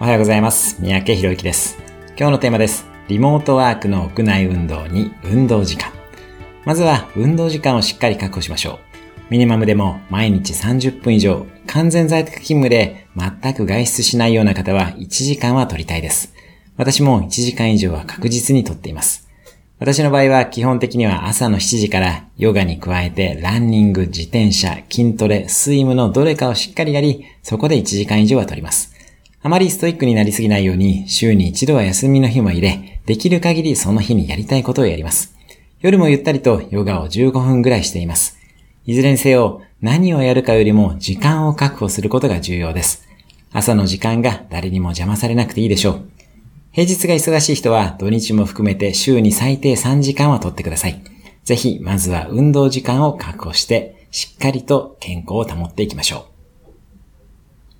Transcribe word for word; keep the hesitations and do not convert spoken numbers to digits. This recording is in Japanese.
おはようございます。三宅宏之です。今日のテーマです。リモートワークの屋内運動に運動時間。まずは運動時間をしっかり確保しましょう。ミニマムでも毎日さんじゅっぷん以上、完全在宅勤務で全く外出しないような方はいちじかんは取りたいです。私もいちじかん以上は確実に取っています。私の場合は基本的には朝のしちじからヨガに加えてランニング、自転車、筋トレ、スイムのどれかをしっかりやり、そこでいちじかん以上は取ります。あまりストイックになりすぎないように週に一度は休みの日も入れ、できる限りその日にやりたいことをやります。夜もゆったりとヨガをじゅうごふんぐらいしています。いずれにせよ何をやるかよりも時間を確保することが重要です。朝の時間が誰にも邪魔されなくていいでしょう。平日が忙しい人は土日も含めて週に最低さんじかんは取ってください。ぜひまずは運動時間を確保してしっかりと健康を保っていきましょう。